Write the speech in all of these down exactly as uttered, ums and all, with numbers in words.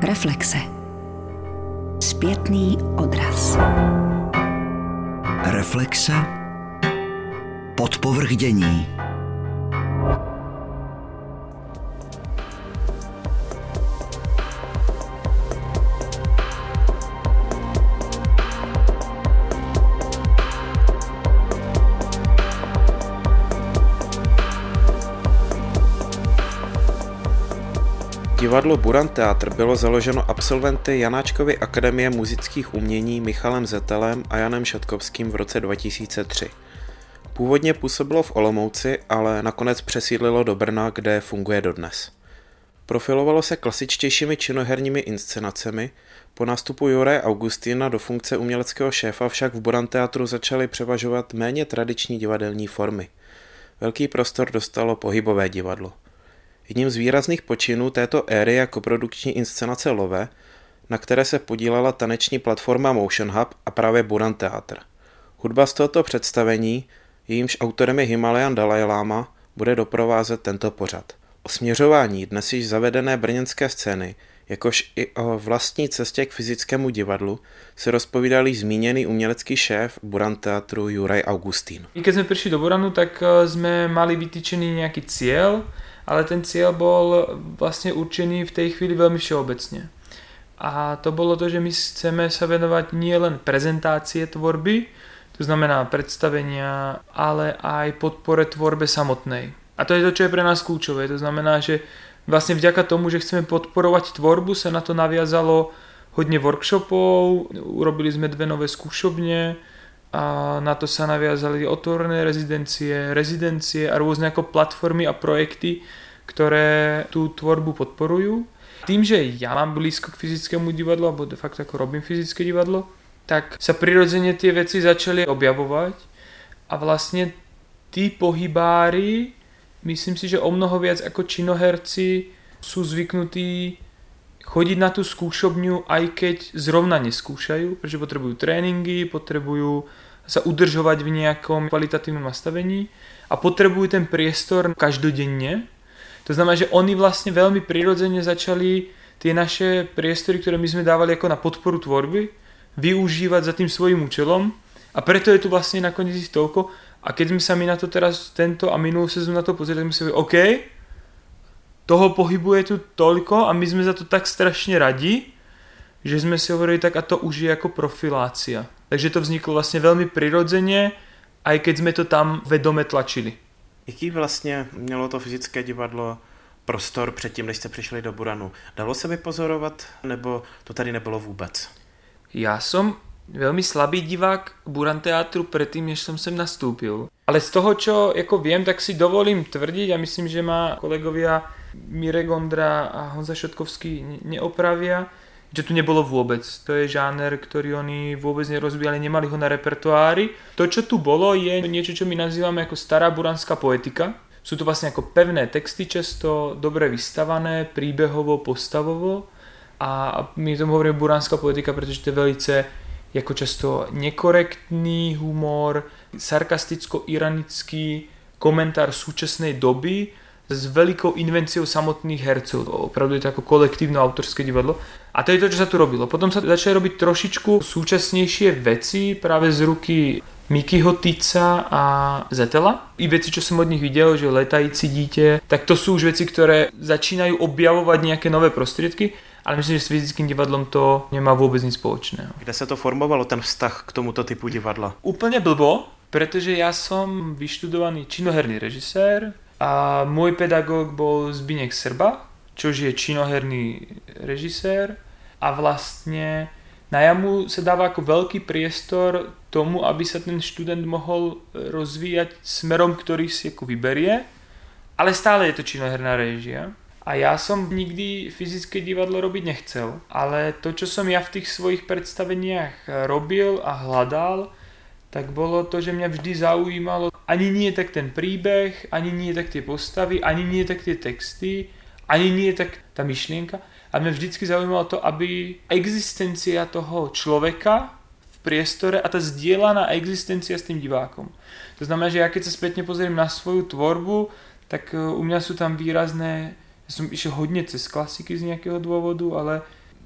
Reflexe. Zpětný odraz. Reflexe. Podpovrchdění. Divadlo Buran Teatr bylo založeno absolventy Janáčkovy akademie muzických umění Michalem Zetelem a Janem Šatkovským v roce dva tisíce tři. Původně působilo v Olomouci, ale nakonec přesídlilo do Brna, kde funguje dodnes. Profilovalo se klasičtějšími činoherními inscenacemi, po nástupu Juraje Augustina do funkce uměleckého šéfa však v Buran Teatru začaly převažovat méně tradiční divadelní formy. Velký prostor dostalo pohybové divadlo. Jedním z výrazných počinů této éry je koprodukční inscenace Love, na které se podílela taneční platforma Motion Hub a právě Buran Teatr. Hudba z tohoto představení, jejímž autorem je Himalayan Dalai Lama, bude doprovázet tento pořad. O směřování dnes již zavedené brněnské scény, jakož i o vlastní cestě k fyzickému divadlu, se rozpovídal již zmíněný umělecký šéf Buran Teatru Juraj Augustín. Keď sme prišli do Buranu, tak sme mali vytýčený nejaký cieľ, ale ten cieľ bol vlastne určený v tej chvíli veľmi všeobecne. A to bolo to, že my chceme sa venovať nie len prezentácie tvorby, to znamená predstavenia, ale aj podpore tvorbe samotnej. A to je to, čo je pre nás kľúčové. To znamená, že vlastne vďaka tomu, že chceme podporovať tvorbu, sa na to naviazalo hodne workshopov, urobili sme dve nové skúšobne, a na to sa naviazali otvorené rezidencie, rezidencie a rôzne ako platformy a projekty, ktoré tú tvorbu podporujú. Tým, že ja mám blízko k fyzickému divadlu, alebo de facto ako robím fyzické divadlo, tak sa prirodzene tie veci začali objavovať a vlastne tí pohybári, myslím si, že o mnoho viac ako činoherci sú zvyknutí chodiť na tú skúšobňu, aj keď zrovna neskúšajú, pretože potrebujú tréningy, potrebujú sa udržovať v nejakom kvalitatívnom nastavení a potrebujú ten priestor každodenne. To znamená, že oni vlastne veľmi prirodzene začali tie naše priestory, ktoré my sme dávali ako na podporu tvorby, využívať za tým svojím účelom a preto je tu vlastne nakoniec ich toľko. A keď sme sa my na to teraz tento a minulú sezónu na to pozreli, tak my si hovorili, OK, toho pohybu je tu toľko a my sme za to tak strašne radi, že sme si hovorili tak a to už je ako profilácia. Takže to vzniklo vlastne veľmi prirodzene, aj keď sme to tam vedome tlačili. Jaký vlastně mělo to fyzické divadlo prostor předtím, než jste přišli do Buranu? Dalo se vypozorovat, nebo to tady nebylo vůbec? Ja som veľmi slabý divák Buran Teatru predtým, než som sem nastúpil. Ale z toho, čo ako viem, tak si dovolím tvrdiť a myslím, že ma kolegovia Mirek Ondra a Honza Šatkovský neopravia, že tu nebolo vôbec. To je žáner, ktorý oni vôbec nerozvíjali, nemali ho na repertoári. To, čo tu bolo, je niečo, čo my nazývame ako stará buranská poetika. Sú to vlastne ako pevné texty, často dobre vystavané, príbehovo, postavovo. A my tomu hovoríme buranská poetika, pretože to je velice jako často nekorektný humor, sarkasticko-ironický komentár súčasnej doby s veľkou invenciou samotných hercov. Opravdu je to ako kolektívno autorské divadlo. A to je to, čo sa tu robilo. Potom sa začali robiť trošičku súčasnejšie veci práve z ruky Mikyho Tica a Zetela. I veci, čo som od nich videl, že Letající dítě, tak to sú už veci, ktoré začínajú objavovať nejaké nové prostriedky, ale myslím, že s fyzickým divadlom to nemá vôbec nic spoločného. Kde sa to formovalo, ten vztah k tomuto typu divadla? Úplne blbo, pretože ja som vyštudovaný činoherný režisér a môj pedagóg bol Zbyněk Srba, čož je činoherný režisér a vlastne na jamu sa dáva ako veľký priestor tomu, aby sa ten študent mohol rozvíjať smerom, ktorý si ako vyberie, ale stále je to činoherná réžia. A ja som nikdy fyzické divadlo robiť nechcel, ale to, čo som ja v tých svojich predstaveniach robil a hľadal, tak bolo to, že mňa vždy zaujímalo ani nie tak ten príbeh, ani nie tak tie postavy, ani nie tak tie texty, ani nie tak tá myšlienka. A mňa vždycky zaujímalo to, aby existencia toho človeka v priestore a tá zdieľaná existencia s tým divákom. To znamená, že ja keď sa spätne pozriem na svoju tvorbu, tak u mňa sú tam výrazné. Ja som išiel hodne cez klasiky z nejakého dôvodu, ale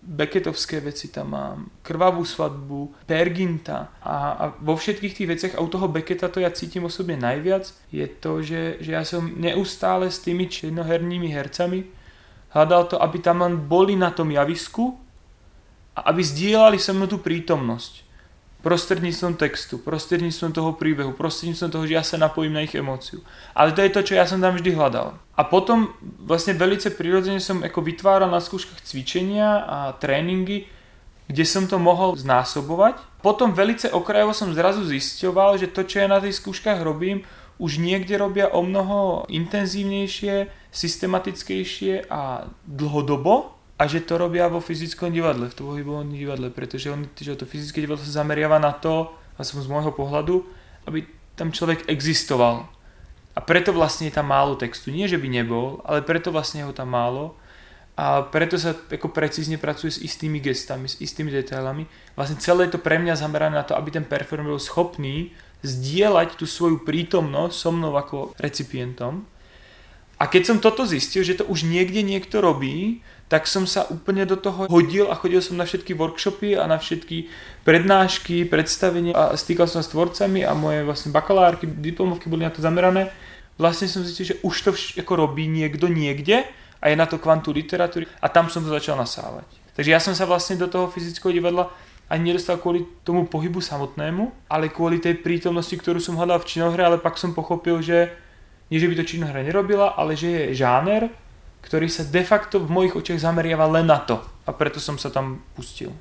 Becketovské veci tam mám, Krvavú svadbu, Perginta a, a vo všetkých tých veciach, a u toho Becketa to ja cítim osobne najviac, je to, že, že ja som neustále s tými činohernými hercami hľadal to, aby tam len boli na tom javisku a aby zdieľali so mnou tú prítomnosť. Prostredníctvom textu, prostredníctvom toho príbehu, prostredníctvom toho, že ja sa napojím na ich emóciu. Ale to je to, čo ja som tam vždy hľadal. A potom vlastne velice prirodzene som ako vytváral na skúškach cvičenia a tréningy, kde som to mohol znásobovať. Potom velice okrajovo som zrazu zisťoval, že to, čo ja na tých skúškach robím, už niekde robia o mnoho intenzívnejšie, systematickejšie a dlhodobo. A že to robia vo fyzickom divadle, v tom pohybovom divadle, pretože on, že to fyzické divadlo sa zameriava na to, aspoň z môjho pohľadu, aby tam človek existoval. A preto vlastne je tam málo textu. Nie, že by nebol, ale preto vlastne je ho tam málo. A preto sa ako precízne pracuje s istými gestami, s istými detailami. Vlastne celé je to pre mňa zamerané na to, aby ten performer bol schopný zdieľať tú svoju prítomnosť so mnou ako recipientom. A keď som toto zistil, že to už niekde niekto robí, tak som sa úplne do toho hodil a chodil som na všetky workshopy a na všetky prednášky, predstavenia a stýkal som sa s tvorcami a moje vlastne bakalárky, diplomovky boli na to zamerané. Vlastne som zistil, že už to vš- ako robí niekto niekde a je na to kvantu literatúry a tam som to začal nasávať. Takže ja som sa vlastne do toho fyzického divadla ani nedostal kvôli tomu pohybu samotnému, ale kvôli tej prítomnosti, ktorú som hľadal v činohre, ale pak som pochopil, že nie, že by to činohra nerobila, ale že je žáner, ktorý sa de facto v mojich očiach zameriava len na to. A preto som sa tam pustil.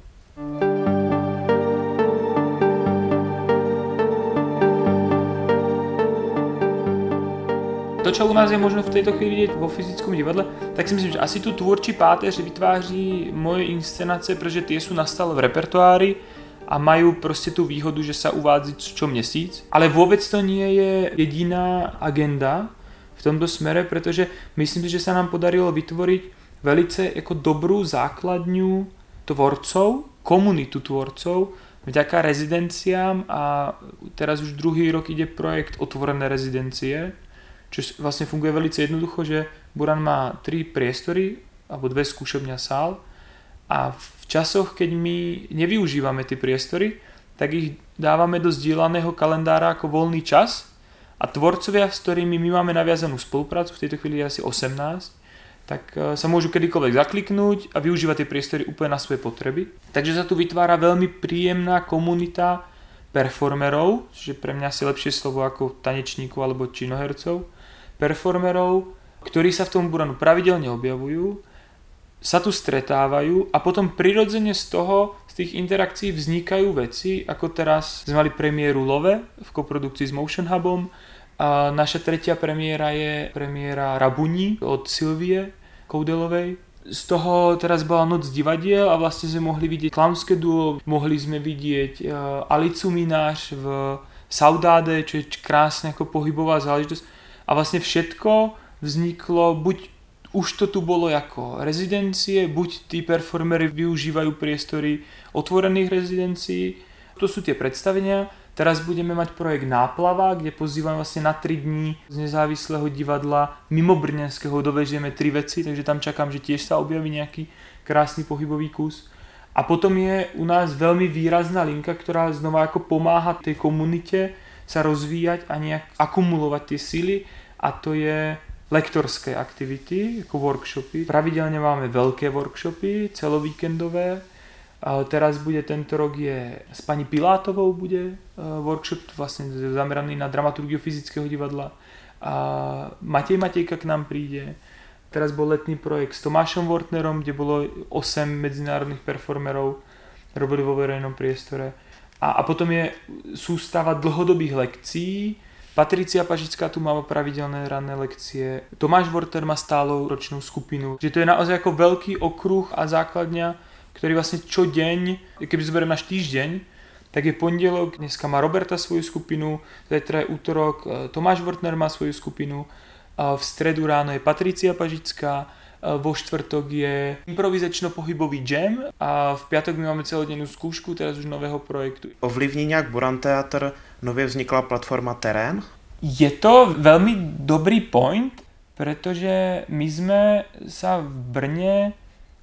To, čo u nás je možno v tejto chvíli vidieť vo fyzickom divadle, tak si myslím, že asi tu tvůrčí páteř vytváří moje inscenace, protože tie sú nastále v repertoári a majú proste tú výhodu, že sa uvádí čo měsíc. Ale vôbec to nie je jediná agenda v tomto smere, pretože myslím si, že sa nám podarilo vytvoriť velice jako dobrú základňu tvorcov, komunitu tvorcov, vďaka rezidenciám a teraz už druhý rok ide projekt Otvorené rezidencie, čo vlastne funguje velice jednoducho, že Buran má tri priestory alebo dve skúšobňa sál a v časoch, keď my nevyužívame tie priestory, tak ich dávame do zdieľaného kalendára ako voľný čas. A tvorcovia, s ktorými my máme naviazanú spoluprácu, v tejto chvíli je asi osemnásť, tak sa môžu kedykoľvek zakliknúť a využívať tie priestory úplne na svoje potreby. Takže sa tu vytvára veľmi príjemná komunita performerov, čiže pre mňa asi lepšie slovo ako tanečníkov alebo činohercov, performerov, ktorí sa v tom Buranu pravidelne objavujú, sa tu stretávajú a potom prirodzene z toho, z tých interakcií vznikajú veci, ako teraz sme mali premiéru Love v koprodukcii s Motion Hubom. A naša tretia premiéra je premiéra Rabuní od Silvie Koudelovej. Z toho teraz bola Noc divadiel a vlastne sme mohli vidieť klaunské duo, mohli sme vidieť Alicu Minář v Saudáde, čo je krásne ako pohybová záležitosť. A vlastne všetko vzniklo, buď už to tu bolo ako rezidencie, buď tí performery využívajú priestory otvorených rezidencií. To sú tie predstavenia. Teraz budeme mať projekt Náplava, kde pozývame vlastne na tri dní z nezávislého divadla mimo brněnského dovežeme tri veci, takže tam čakám, že tiež sa objaví nejaký krásny pohybový kus. A potom je u nás veľmi výrazná linka, ktorá znova ako pomáha tej komunite sa rozvíjať a nejak akumulovať tie sily a to je lektorské aktivity, ako workshopy. Pravidelne máme veľké workshopy, celovíkendové. A teraz bude tento rok je s pani Pilátovou bude workshop vlastne zameraný na dramaturgiu fyzického divadla. A Matej Matejka k nám príde. Teraz bol letný projekt s Tomášom Wortnerom, kde bolo osem medzinárodných performerov, robili vo verejnom priestore. A, a potom je sústava dlhodobých lekcií. Patricia Pažická tu má pravidelné ranné lekcie. Tomáš Wortner má stálou ročnú skupinu. Že to je naozaj ako veľký okruh a základňa, ktorý vlastne čo deň, keby zoberiem náš týždeň, tak je pondelok, dneska má Roberta svoju skupinu, zajtra je útorok, Tomáš Wortner má svoju skupinu, v stredu ráno je Patricia Pažická, vo štvrtok je improvizačno-pohybový jam a v piatok my máme celodennú skúšku, teraz už nového projektu. Ovlivní nějak Buran Teatr nově vznikla platforma Terén? Je to veľmi dobrý point, pretože my sme sa v Brne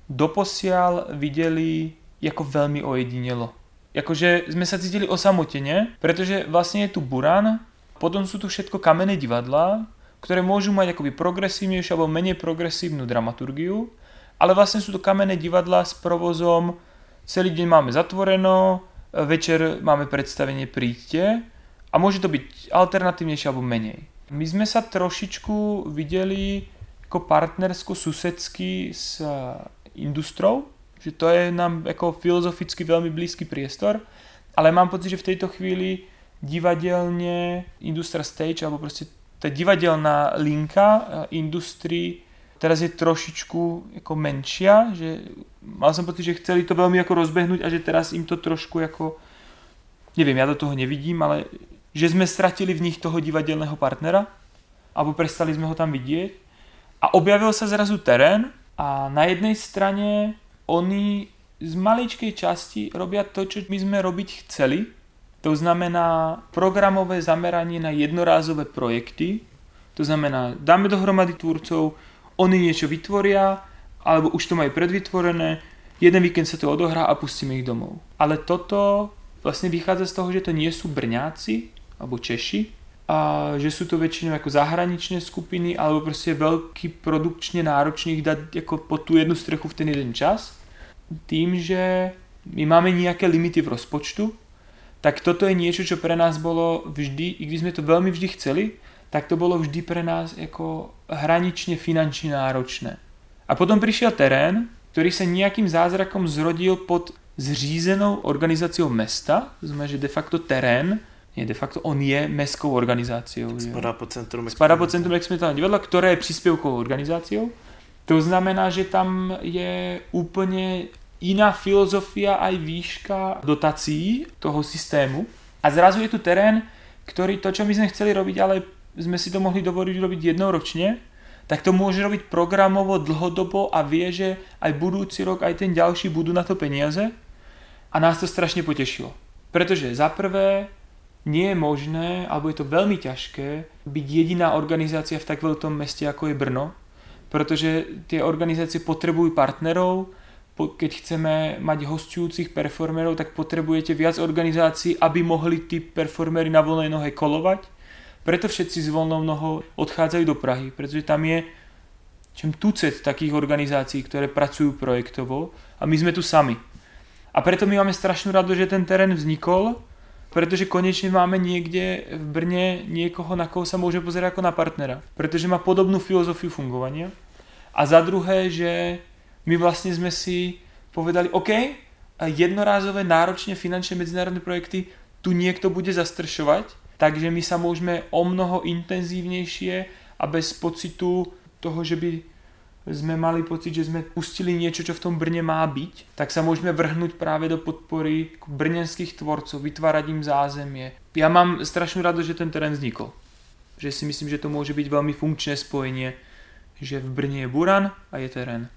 doposiaľ videli ako veľmi ojedinelo. Jakože sme sa cítili osamotene, pretože vlastne je tu Buran, potom sú tu všetko kamenné divadlá, ktoré môžu mať akoby progresívnejšiu alebo menej progresívnu dramaturgiu, ale vlastne sú to kamenné divadlá s provozom, celý deň máme zatvoreno, večer máme predstavenie, príďte a môže to byť alternatívnejšie alebo menej. My sme sa trošičku videli ako partnersko-susedsky s Industrou, že to je nám ako filozoficky veľmi blízky priestor, ale mám pocit, že v tejto chvíli divadelne Industra Stage, alebo proste tá divadelná linka Industry teraz je trošičku ako menšia, že mal som pocit, že chceli to veľmi ako rozbehnúť a že teraz im to trošku ako, neviem, ja do toho nevidím, ale že sme stratili v nich toho divadelného partnera, alebo prestali sme ho tam vidieť a objavil sa zrazu terén a na jednej strane oni z maličkej časti robia to, čo my sme robiť chceli. To znamená programové zameranie na jednorázové projekty. To znamená, dáme dohromady tvůrcov, oni niečo vytvoria, alebo už to majú predvytvorené, jeden víkend sa to odohrá a pustíme ich domov. Ale toto vlastne vychádza z toho, že to nie sú Brňáci alebo Češi, a že sú to väčšinou ako zahraničné skupiny alebo proste veľký produkčne náročný ich dať ako pod tú jednu strechu v ten jeden čas. Tým, že my máme nejaké limity v rozpočtu, tak toto je niečo, čo pre nás bolo vždy, i když sme to veľmi vždy chceli, tak to bolo vždy pre nás ako hranične finančne náročné. A potom prišiel terén, ktorý sa nejakým zázrakom zrodil pod zřízenou organizáciou mesta, to znamená, že de facto terén, nie de facto on je mestskou organizáciou. Spadá pod centrum Spadá pod centrum experimentálneho divadla, ktoré je príspevkovou organizáciou. To znamená, že tam je úplne iná filozofia aj výška dotací toho systému. A zrazu je tu terén, ktorý to, čo my sme chceli robiť, ale sme si to mohli dovoliť robiť jednou ročne, tak to môže robiť programovo, dlhodobo a vie, že aj budúci rok, aj ten ďalší budú na to peniaze. A nás to strašne potešilo. Pretože za prvé nie je možné, alebo je to veľmi ťažké, byť jediná organizácia v tak veľkom meste, ako je Brno, pretože tie organizácie potrebujú partnerov, keď chceme mať hostujúcich performerov, tak potrebujete viac organizácií, aby mohli tí performery na voľnej nohe kolovať. Preto všetci s voľnou nohou odchádzajú do Prahy, pretože tam je čem tucet takých organizácií, ktoré pracujú projektovo a my sme tu sami. A preto my máme strašnú rado, že ten terén vznikol, pretože konečne máme niekde v Brne niekoho, na koho sa môže pozerať ako na partnera. Pretože má podobnú filozofiu fungovania. A za druhé, že my vlastne sme si povedali, OK, jednorázové, náročne finančné medzinárodné projekty tu niekto bude zastršovať, takže my sa môžeme o mnoho intenzívnejšie a bez pocitu toho, že by sme mali pocit, že sme pustili niečo, čo v tom Brne má byť, tak sa môžeme vrhnúť práve do podpory brněnských tvorcov, vytvárať im zázemie. Ja mám strašnú radosť, že ten terén vznikol. Že si myslím, že to môže byť veľmi funkčné spojenie, že v Brně je Buran a je terén.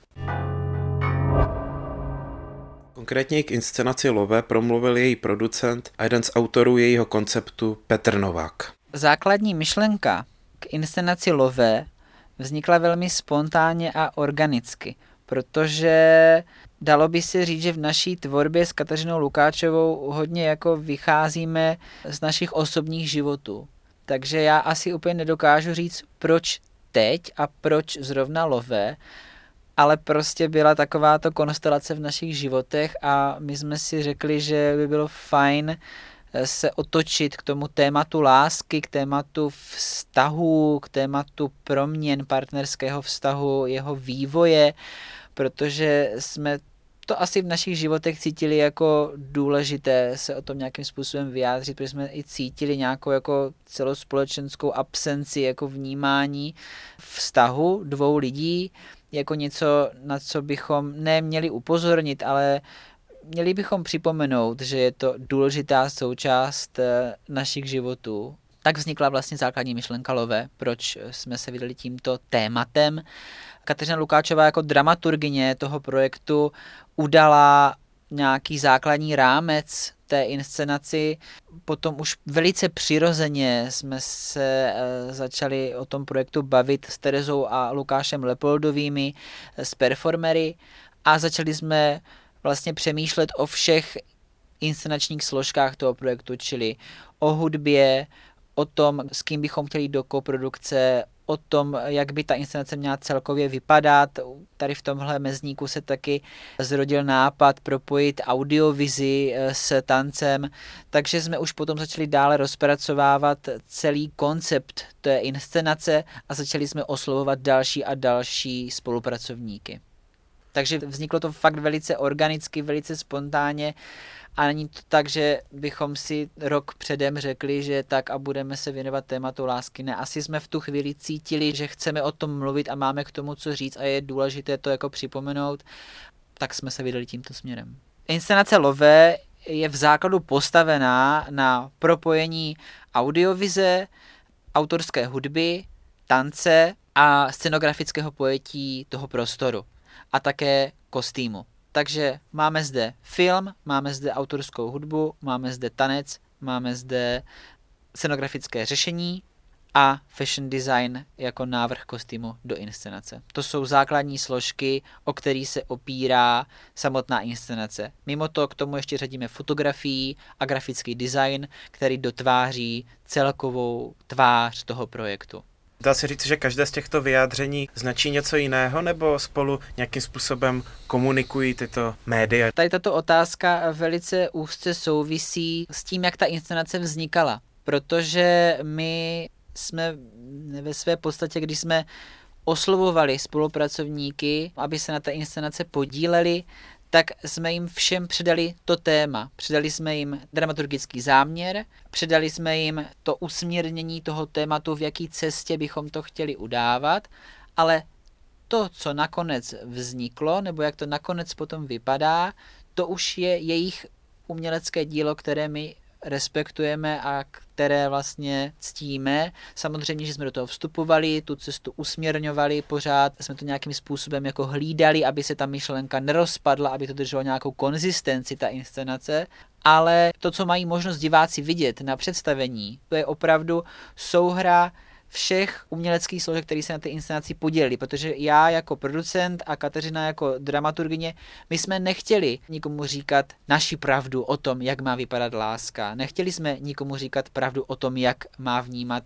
Konkrétně k inscenaci Lové promluvil její producent a jeden z autorů jejího konceptu Petr Novák. Základní myšlenka k inscenaci Lové vznikla velmi spontánně a organicky, protože dalo by se říct, že v naší tvorbě s Kateřinou Lukáčovou hodně jako vycházíme z našich osobních životů. Takže já asi úplně nedokážu říct, proč teď a proč zrovna Lové, ale prostě byla takováto konstelace v našich životech a my jsme si řekli, že by bylo fajn se otočit k tomu tématu lásky, k tématu vztahu, k tématu proměn partnerského vztahu, jeho vývoje, protože jsme to asi v našich životech cítili jako důležité se o tom nějakým způsobem vyjádřit, protože jsme i cítili nějakou jako celospolečenskou absenci jako vnímání vztahu dvou lidí, jako něco, na co bychom neměli upozornit, ale měli bychom připomenout, že je to důležitá součást našich životů. Tak vznikla vlastně základní myšlenka Lové, proč jsme se vydali tímto tématem. Kateřina Lukáčová jako dramaturgyně toho projektu udala nějaký základní rámec té inscenaci. Potom už velice přirozeně jsme se začali o tom projektu bavit s Terezou a Lukášem Lepoldovými, s performery. a začali jsme vlastně přemýšlet o všech inscenačních složkách toho projektu, čili o hudbě, o tom, s kým bychom chtěli do koprodukce, o tom, jak by ta inscenace měla celkově vypadat. Tady v tomhle mezníku se taky zrodil nápad propojit audiovizi s tancem, takže jsme už potom začali dále rozpracovávat celý koncept té inscenace a začali jsme oslovovat další a další spolupracovníky. Takže vzniklo to fakt velice organicky, velice spontánně a není to tak, že bychom si rok předem řekli, že tak a budeme se věnovat tématu lásky. Ne, asi jsme v tu chvíli cítili, že chceme o tom mluvit a máme k tomu co říct a je důležité to jako připomenout, tak jsme se vydali tímto směrem. Inscenace Lové je v základu postavená na propojení audiovize, autorské hudby, tance a scenografického pojetí toho prostoru a také kostýmu. Takže máme zde film, máme zde autorskou hudbu, máme zde tanec, máme zde scenografické řešení a fashion design jako návrh kostýmu do inscenace. To jsou základní složky, o který se opírá samotná inscenace. Mimo to k tomu ještě řadíme fotografii a grafický design, který dotváří celkovou tvář toho projektu. Dá se říct, že každé z těchto vyjádření značí něco jiného, nebo spolu nějakým způsobem komunikují tyto média? Tady tato otázka velice úzce souvisí s tím, jak ta inscenace vznikala, protože my jsme ve své podstatě, když jsme oslovovali spolupracovníky, aby se na té inscenace podíleli, tak jsme jim všem předali to téma. Předali jsme jim dramaturgický záměr, předali jsme jim to usměrnění toho tématu, v jaký cestě bychom to chtěli udávat, ale to, co nakonec vzniklo, nebo jak to nakonec potom vypadá, to už je jejich umělecké dílo, které my respektujeme a které vlastně ctíme. Samozřejmě, že jsme do toho vstupovali, tu cestu usměrňovali pořád, jsme to nějakým způsobem jako hlídali, aby se ta myšlenka nerozpadla, aby to drželo nějakou konzistenci, ta inscenace, ale to, co mají možnost diváci vidět na představení, to je opravdu souhra všech uměleckých složek, který se na té inscenaci podělili, protože já jako producent a Kateřina jako dramaturgyně, my jsme nechtěli nikomu říkat naši pravdu o tom, jak má vypadat láska. Nechtěli jsme nikomu říkat pravdu o tom, jak má vnímat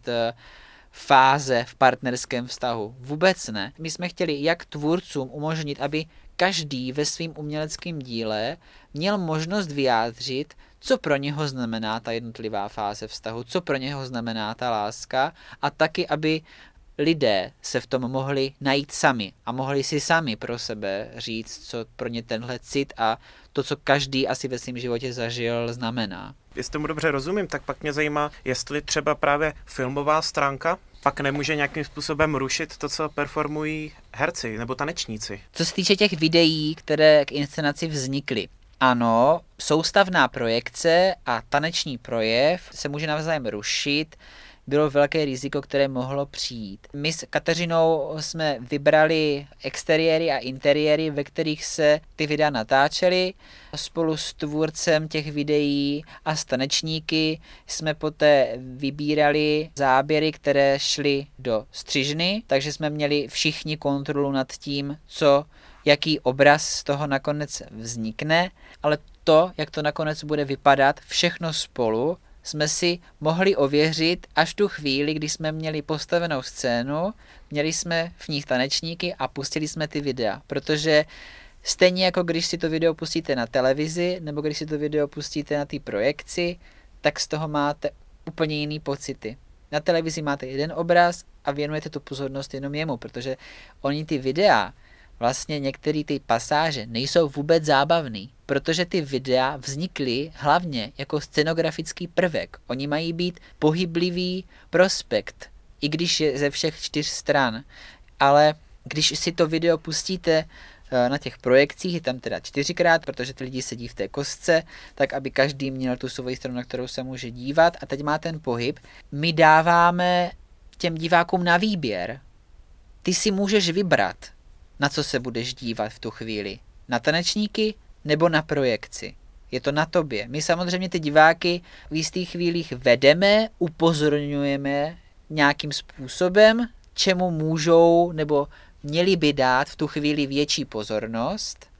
fáze v partnerském vztahu. Vůbec ne. My jsme chtěli jak tvůrcům umožnit, aby každý ve svém uměleckém díle měl možnost vyjádřit, co pro něho znamená ta jednotlivá fáze vztahu, co pro něho znamená ta láska a taky, aby lidé se v tom mohli najít sami a mohli si sami pro sebe říct, co pro ně tenhle cit a to, co každý asi ve svém životě zažil, znamená. Jestli tomu dobře rozumím, tak pak mě zajímá, jestli třeba právě filmová stránka pak nemůže nějakým způsobem rušit to, co performují herci nebo tanečníci. Co se týče těch videí, které k inscenaci vznikly, ano, soustavná projekce a taneční projev se může navzájem rušit, bylo velké riziko, které mohlo přijít. My s Kateřinou jsme vybrali exteriéry a interiéry, ve kterých se ty videa natáčely. Spolu s tvůrcem těch videí a s tanečníky jsme poté vybírali záběry, které šly do střižny, takže jsme měli všichni kontrolu nad tím, co, jaký obraz z toho nakonec vznikne, ale to, jak to nakonec bude vypadat, všechno spolu, jsme si mohli ověřit až tu chvíli, kdy jsme měli postavenou scénu, měli jsme v ní tanečníky a pustili jsme ty videa, protože stejně jako když si to video pustíte na televizi, nebo když si to video pustíte na té projekci, tak z toho máte úplně jiný pocity. Na televizi máte jeden obraz a věnujete tu pozornost jenom jemu, protože oni ty videa, vlastně některé ty pasáže nejsou vůbec zábavný, protože ty videa vznikly hlavně jako scenografický prvek. Oni mají být pohyblivý prospekt, i když je ze všech čtyř stran. Ale když si to video pustíte na těch projekcích, je tam teda čtyřikrát, protože ty lidi sedí v té kostce, tak aby každý měl tu svoji stranu, na kterou se může dívat a teď má ten pohyb. My dáváme těm divákům na výběr. Ty si můžeš vybrat, na co se budeš dívat v tu chvíli. Na tanečníky nebo na projekci. Je to na tobě. My samozřejmě ty diváky v jistých chvílích vedeme, upozorňujeme nějakým způsobem, čemu můžou nebo měli by dát v tu chvíli větší pozornost,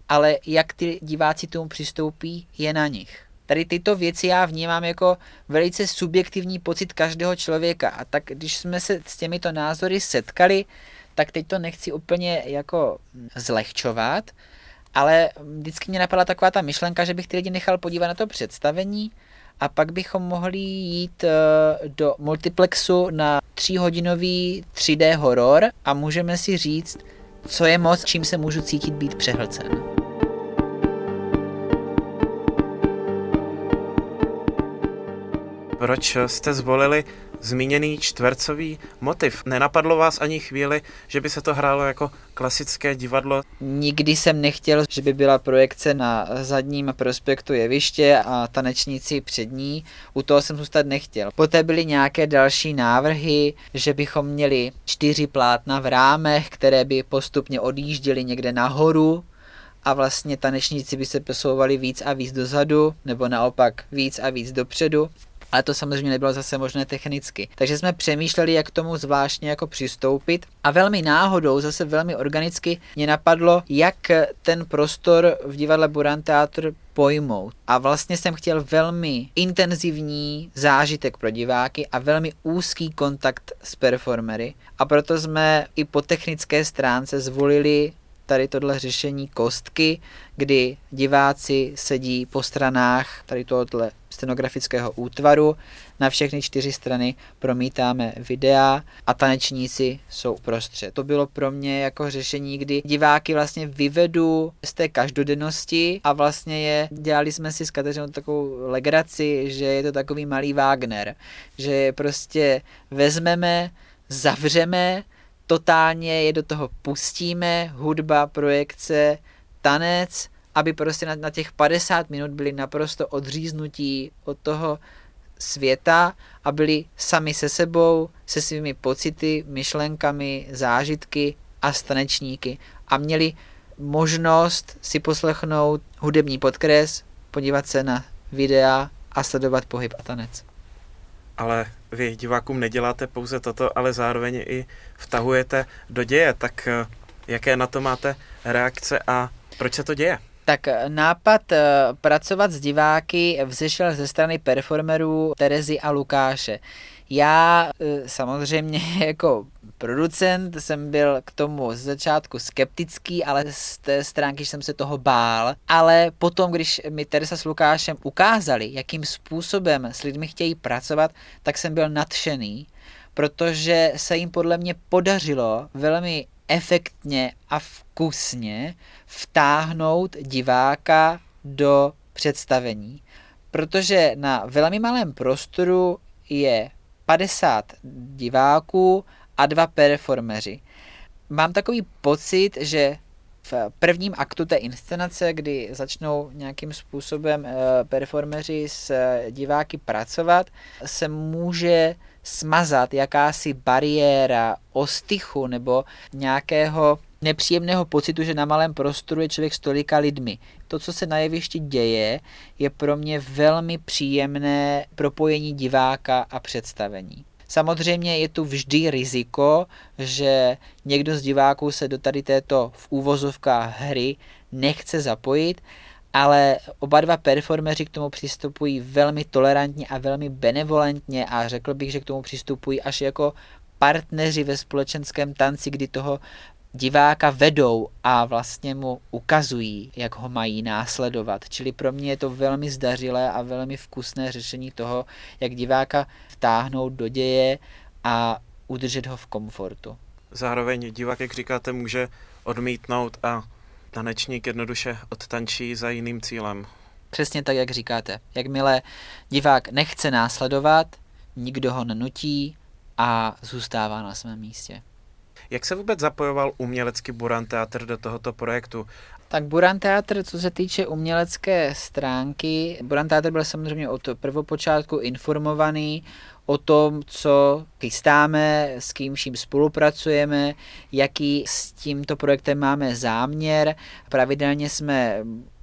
ale jak ty diváci tomu přistoupí, je na nich. Tady tyto věci já vnímám jako velice subjektivní pocit každého člověka a tak když jsme se s těmito názory setkali, tak teď to nechci úplně jako zlehčovat, ale vždycky mě napadla taková ta myšlenka, že bych ty lidi nechal podívat na to představení a pak bychom mohli jít do multiplexu na tříhodinový tři dé horor a můžeme si říct, co je moc, čím se můžu cítit být přehlcen. Proč jste zvolili zmíněný čtvercový motiv? Nenapadlo vás ani chvíli, že by se to hrálo jako klasické divadlo? Nikdy jsem nechtěl, že by byla projekce na zadním prospektu jeviště a tanečníci před ní. U toho jsem zůstat nechtěl. Poté byly nějaké další návrhy, že bychom měli čtyři plátna v rámech, které by postupně odjížděly někde nahoru a vlastně tanečníci by se posouvali víc a víc dozadu, nebo naopak víc a víc dopředu. Ale to samozřejmě nebylo zase možné technicky. Takže jsme přemýšleli, jak k tomu zvláštně jako přistoupit a velmi náhodou, zase velmi organicky mě napadlo, jak ten prostor v divadle Buran Teatr pojmout. A vlastně jsem chtěl velmi intenzivní zážitek pro diváky a velmi úzký kontakt s performery. A proto jsme i po technické stránce zvolili tady tohle řešení kostky, kdy diváci sedí po stranách tady tohohle scenografického útvaru, na všechny čtyři strany promítáme videa a tanečníci jsou uprostřed. To bylo pro mě jako řešení, kdy diváky vlastně vyvedu z té každodennosti a vlastně je, dělali jsme si s Kateřinou takovou legraci, že je to takový malý Wagner, že je prostě vezmeme, zavřeme, totálně je do toho pustíme, hudba, projekce, tanec, aby prostě na, na těch padesát minut byli naprosto odříznutí od toho světa a byli sami se sebou, se svými pocity, myšlenkami, zážitky a s tanečníky a měli možnost si poslechnout hudební podkres, podívat se na videa a sledovat pohyb a tanec. Ale vy divákům neděláte pouze toto, ale zároveň i vtahujete do děje, tak jaké na to máte reakce a proč se to děje? Tak nápad pracovat s diváky vzešel ze strany performerů Terezy a Lukáše. Já samozřejmě jako producent jsem byl k tomu z začátku skeptický, ale z té stránky jsem se toho bál. Ale potom, když mi Tereza s Lukášem ukázali, jakým způsobem s lidmi chtějí pracovat, tak jsem byl nadšený, protože se jim podle mě podařilo velmi efektně a vkusně vtáhnout diváka do představení. Protože na velmi malém prostoru je padesát diváků a dva performeři. Mám takový pocit, že v prvním aktu té inscenace, kdy začnou nějakým způsobem performeři s diváky pracovat, se může smazat jakási bariéra ostychu nebo nějakého nepříjemného pocitu, že na malém prostoru je člověk s tolika lidmi. To, co se na jevišti děje, je pro mě velmi příjemné propojení diváka a představení. Samozřejmě je tu vždy riziko, že někdo z diváků se do tady této v úvozovkách hry nechce zapojit, ale oba dva performeři k tomu přistupují velmi tolerantně a velmi benevolentně a řekl bych, že k tomu přistupují až jako partneři ve společenském tanci, kdy toho diváka vedou a vlastně mu ukazují, jak ho mají následovat. Čili pro mě je to velmi zdařilé a velmi vkusné řešení toho, jak diváka vtáhnout do děje a udržet ho v komfortu. Zároveň divák, jak říkáte, může odmítnout a tanečník jednoduše odtančí za jiným cílem. Přesně tak, jak říkáte. Jakmile divák nechce následovat, nikdo ho nenutí a zůstává na svém místě. Jak se vůbec zapojoval umělecký Buran Teatr do tohoto projektu? Tak Buran Teatr, co se týče umělecké stránky, Buran Teatr byl samozřejmě od prvopočátku informovaný o tom, co chystáme, s kým vším spolupracujeme, jaký s tímto projektem máme záměr. Pravidelně jsme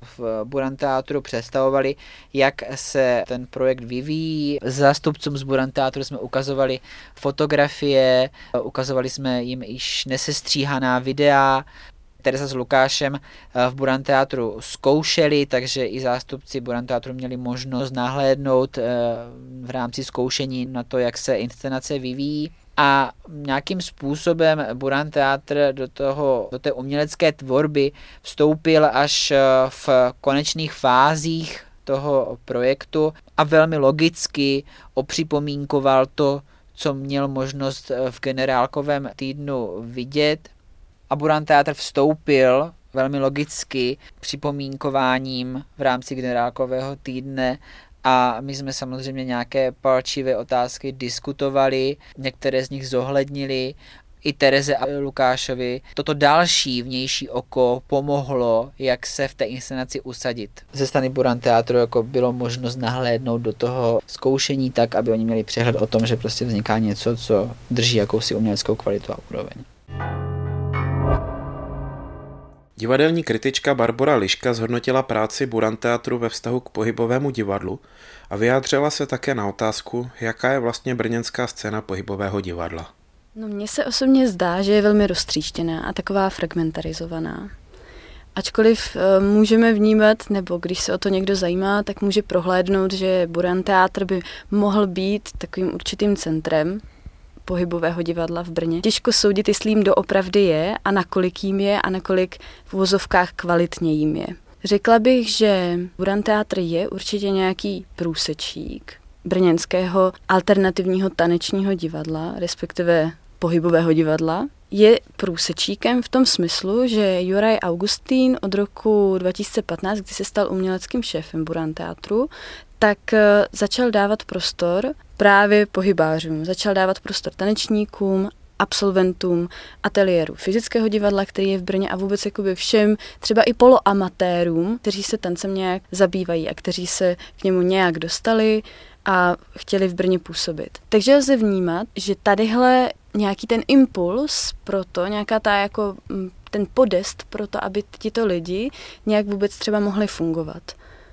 v Buran Teatru představovali, jak se ten projekt vyvíjí. Zástupcům z Buran Teatru jsme ukazovali fotografie, ukazovali jsme jim již nesestříhaná videa. Tereza s Lukášem v Buran teátru zkoušeli, takže i zástupci Buran teátru měli možnost nahlédnout v rámci zkoušení na to, jak se inscenace vyvíjí. A nějakým způsobem Buran teátr do, toho, do té umělecké tvorby vstoupil až v konečných fázích toho projektu a velmi logicky opřipomínkoval to, co měl možnost v generálkovém týdnu vidět. A Buran teátr vstoupil velmi logicky připomínkováním v rámci generálkového týdne a my jsme samozřejmě nějaké palčivé otázky diskutovali, některé z nich zohlednili. I Tereze a Lukášovi toto další vnější oko pomohlo, jak se v té inscenaci usadit. Ze strany Buran teátru jako bylo možnost nahlédnout do toho zkoušení tak, aby oni měli přehled o tom, že prostě vzniká něco, co drží jakousi uměleckou kvalitu a úroveň. Divadelní kritička Barbora Liška zhodnotila práci Buran teátru ve vztahu k pohybovému divadlu a vyjádřila se také na otázku, jaká je vlastně brněnská scéna pohybového divadla. No, mně se osobně zdá, že je velmi roztříštěná a taková fragmentarizovaná. Ačkoliv e, můžeme vnímat, nebo když se o to někdo zajímá, tak může prohlédnout, že Buran teátr by mohl být takovým určitým centrem pohybového divadla v Brně. Těžko soudit, jestli jim doopravdy je a nakolik jim je a nakolik v uvozovkách kvalitně jim je. Řekla bych, že Buran teátr je určitě nějaký průsečík brněnského alternativního tanečního divadla, respektive pohybového divadla. Je průsečíkem v tom smyslu, že Juraj Augustín od roku dva tisíce patnáct, kdy se stal uměleckým šéfem Buran teátru, tak začal dávat prostor právě pohybářům. Začal dávat prostor tanečníkům, absolventům ateliéru fyzického divadla, který je v Brně a vůbec jakoby všem, třeba i poloamatérům, kteří se tancem nějak zabývají a kteří se k němu nějak dostali a chtěli v Brně působit. Takže lze vnímat, že tadyhle nějaký ten impuls pro to, nějaká ta jako ten podest pro to, aby tito lidi nějak vůbec třeba mohli fungovat.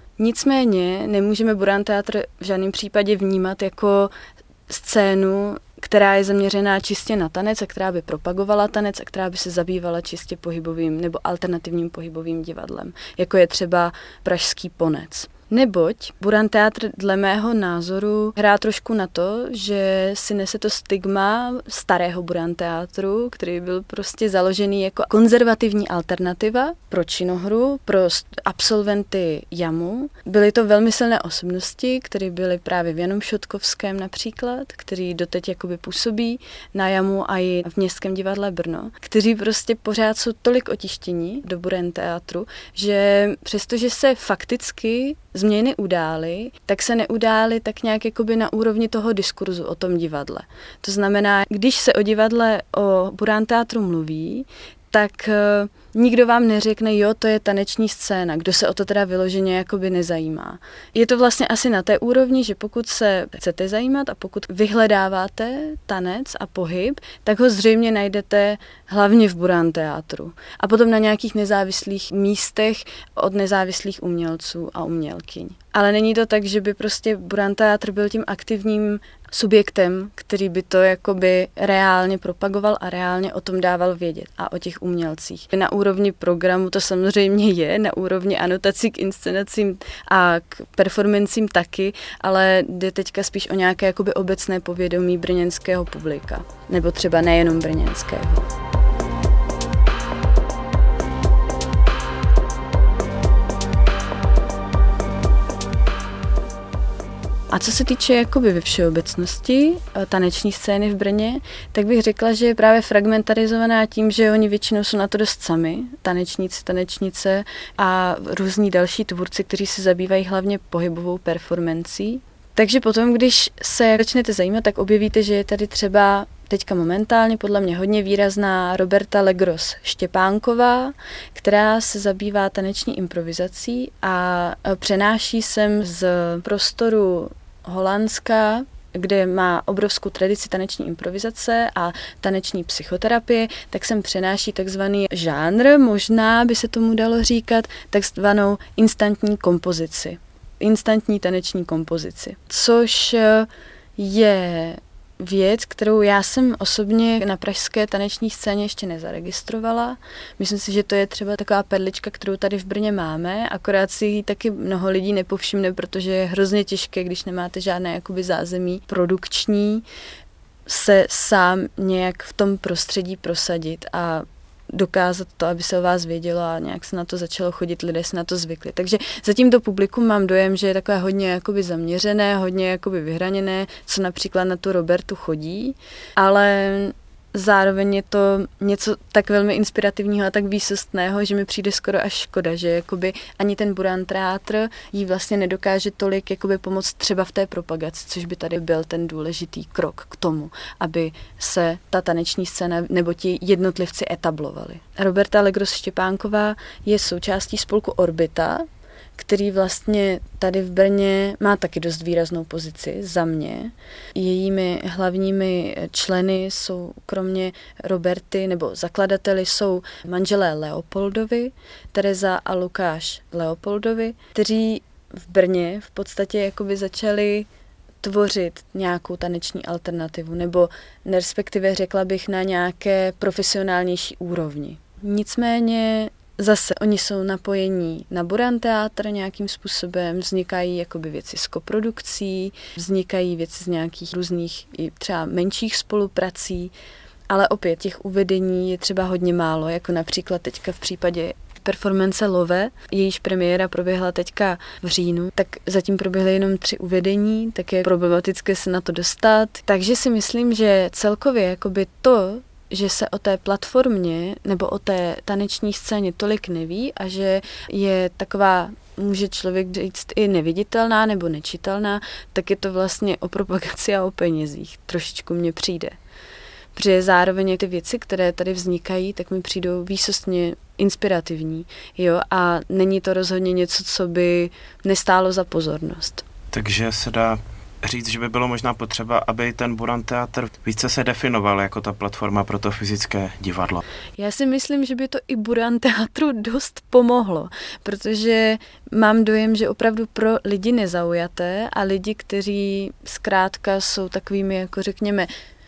Nicméně nemůžeme Buran teátr v žádném případě vnímat jako scénu, která je zaměřená čistě na tanec a která by propagovala tanec a která by se zabývala čistě pohybovým nebo alternativním pohybovým divadlem, jako je třeba pražský Ponec. Neboť Buran teátr dle mého názoru hrá trošku na to, že si nese to stigma starého Buran teátru, který byl prostě založený jako konzervativní alternativa pro činohru, pro absolventy jamu. Byly to velmi silné osobnosti, které byly právě v Janom Šotkovském například, který doteď jakoby působí na jamu a i v Městském divadle Brno, kteří prostě pořád jsou tolik otištění do Buran teátru, že přestože se fakticky změny udály, tak se neudály tak nějak jakoby na úrovni toho diskurzu o tom divadle. To znamená, když se o divadle, o Buran teátru mluví, tak uh, nikdo vám neřekne, jo, to je taneční scéna, kdo se o to teda vyloženě jakoby nezajímá. Je to vlastně asi na té úrovni, že pokud se chcete zajímat a pokud vyhledáváte tanec a pohyb, tak ho zřejmě najdete hlavně v Buran teátru. A potom na nějakých nezávislých místech od nezávislých umělců a umělkyň. Ale není to tak, že by prostě Buran teátr byl tím aktivním subjektem, který by to jakoby reálně propagoval a reálně o tom dával vědět a o těch umělcích. Na úrovni programu to samozřejmě je, na úrovni anotací k inscenacím a k performancím taky, ale jde teďka spíš o nějaké jakoby obecné povědomí brněnského publika. Nebo třeba nejenom brněnského. A co se týče jakoby ve všeobecnosti taneční scény v Brně, tak bych řekla, že je právě fragmentarizovaná tím, že oni většinou jsou na to dost sami, tanečníci, tanečnice a různí další tvůrci, kteří se zabývají hlavně pohybovou performancí. Takže potom, když se začnete zajímat, tak objevíte, že je tady třeba teďka momentálně podle mě hodně výrazná Roberta Legros Štěpánková, která se zabývá taneční improvizací a přenáší sem z prostoru Holandska, kde má obrovskou tradici taneční improvizace a taneční psychoterapie, tak sem přenáší takzvaný žánr, možná by se tomu dalo říkat, takzvanou instantní kompozici. Instantní taneční kompozici, což je věc, kterou já jsem osobně na pražské taneční scéně ještě nezaregistrovala. Myslím si, že to je třeba taková perlička, kterou tady v Brně máme, akorát si ji taky mnoho lidí nepovšimne, protože je hrozně těžké, když nemáte žádné jakoby zázemí produkční, se sám nějak v tom prostředí prosadit a dokázat to, aby se o vás vědělo a nějak se na to začalo chodit, lidé se na to zvykli. Takže zatím to publikum mám dojem, že je takové hodně jakoby zaměřené, hodně jakoby vyhraněné, co například na tu Robertu chodí, ale zároveň je to něco tak velmi inspirativního a tak výsostného, že mi přijde skoro až škoda, že jakoby ani ten Buranteátr jí vlastně nedokáže tolik jakoby pomoct třeba v té propagaci, což by tady byl ten důležitý krok k tomu, aby se ta taneční scéna nebo ti jednotlivci etablovali. Roberta Legros Štěpánková je součástí spolku Orbita, který vlastně tady v Brně má taky dost výraznou pozici za mě. Jejími hlavními členy jsou kromě Roberty nebo zakladateli jsou manželé Leopoldovi, Tereza a Lukáš Leopoldovi, kteří v Brně v podstatě jakoby začali tvořit nějakou taneční alternativu, nebo respektive řekla bych na nějaké profesionálnější úrovni. Nicméně zase oni jsou napojení na Buranteátr nějakým způsobem, vznikají jakoby věci z koprodukcí, vznikají věci z nějakých různých i třeba menších spoluprací, ale opět těch uvedení je třeba hodně málo, jako například teďka v případě performance Love, jejíž premiéra proběhla teďka v říjnu, tak zatím proběhly jenom tři uvedení, tak je problematické se na to dostat. Takže si myslím, že celkově jakoby to, že se o té platformě nebo o té taneční scéně tolik neví a že je taková, může člověk říct, i neviditelná nebo nečitelná, tak je to vlastně o propagaci a o penězích. Trošičku mně přijde. Protože zároveň ty věci, které tady vznikají, tak mi přijdou výsostně inspirativní. Jo? A není to rozhodně něco, co by nestálo za pozornost. Takže se dá říct, že by bylo možná potřeba, aby ten Buranteátr více se definoval jako ta platforma pro to fyzické divadlo. Já si myslím, že by to i Buranteátru dost pomohlo, protože mám dojem, že opravdu pro lidi nezaujaté a lidi, kteří zkrátka jsou takovými, jako řekněme,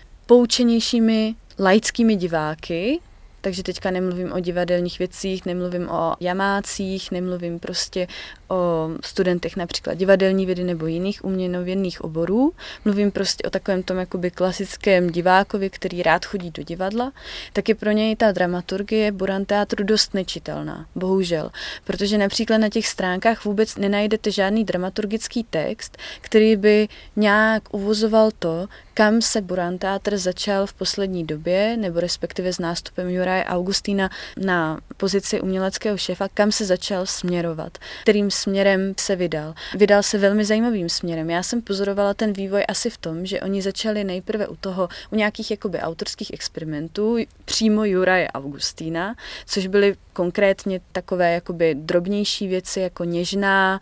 poučenějšími laickými diváky, takže teďka nemluvím o divadelních věcích, nemluvím o jamácích, nemluvím prostě o studentech například divadelní vědy nebo jiných uměnovědných oborů. Mluvím prostě o takovém tom jakoby klasickém divákovi, který rád chodí do divadla, tak je pro něj ta dramaturgie Buranteátru dost nečitelná, bohužel. Protože například na těch stránkách vůbec nenajdete žádný dramaturgický text, který by nějak uvozoval to, kam se Buranteátr začal v poslední době, nebo respektive s nástupem Juraje Augustína na pozici uměleckého šéfa, kam se začal směrovat, kterým směrem se vydal. Vydal se velmi zajímavým směrem. Já jsem pozorovala ten vývoj asi v tom, že oni začali nejprve u toho, u nějakých jakoby autorských experimentů, přímo Juraje Augustína, což byly konkrétně takové jakoby drobnější věci jako Něžná,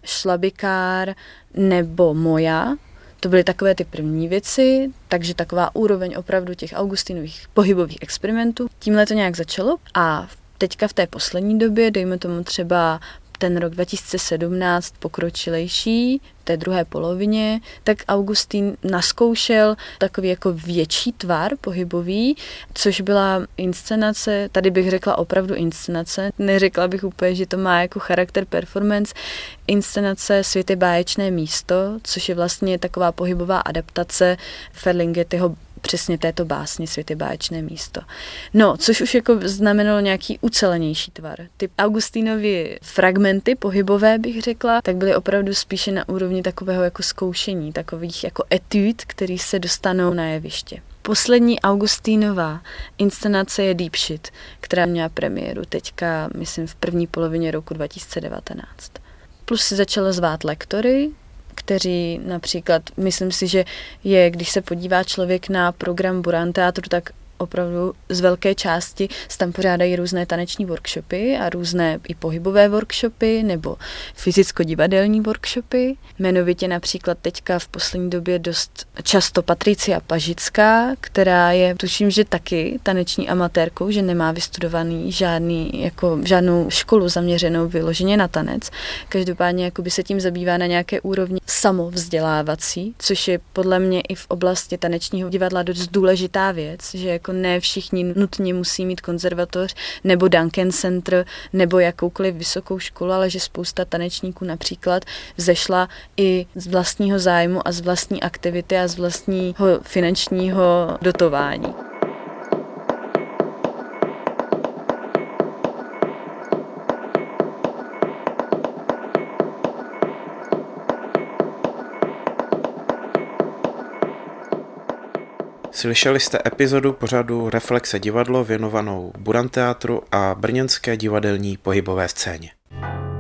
Šlabikár nebo Moja. To byly takové ty první věci, takže taková úroveň opravdu těch Augustínových pohybových experimentů. Tímhle to nějak začalo a teďka v té poslední době, dejme tomu třeba ten rok dva tisíce sedmnáct pokročilejší, té druhé polovině, tak Augustín naskoušel takový jako větší tvar pohybový, což byla inscenace, tady bych řekla opravdu inscenace, neřekla bych úplně, že to má jako charakter performance, inscenace Světy báječné místo, což je vlastně taková pohybová adaptace Ferlinghettiho přesně této básně Světy báječné místo. No, což už jako znamenalo nějaký ucelenější tvar. Ty Augustínovy fragmenty pohybové, bych řekla, tak byly opravdu spíše na úrovni takového jako zkoušení, takových jako etude, který se dostanou na jeviště. Poslední Augustínová inscenace je Deep Shit, která měla premiéru teďka, myslím, v první polovině roku dva tisíce devatenáct. Plus si začala zvát lektory, kteří například, myslím si, že je, když se podívá člověk na program Buranteátru, tak opravdu z velké části se tam pořádají různé taneční workshopy a různé i pohybové workshopy nebo fyzicko-divadelní workshopy. Jmenovitě například teďka v poslední době dost často Patricia Pažická, která je, tuším, že taky taneční amatérkou, že nemá vystudovaný žádný, jako žádnou školu zaměřenou vyloženě na tanec. Každopádně jakoby se tím zabývá na nějaké úrovni samovzdělávací, což je podle mě i v oblasti tanečního divadla dost důležitá věc, že jako ne všichni nutně musí mít konzervatoř nebo Duncan Center nebo jakoukoliv vysokou školu, ale že spousta tanečníků například vzešla i z vlastního zájmu a z vlastní aktivity a z vlastního finančního dotování. Slyšeli jste epizodu pořadu Reflexe divadlo věnovanou Buran teatru a brněnské divadelní pohybové scéně.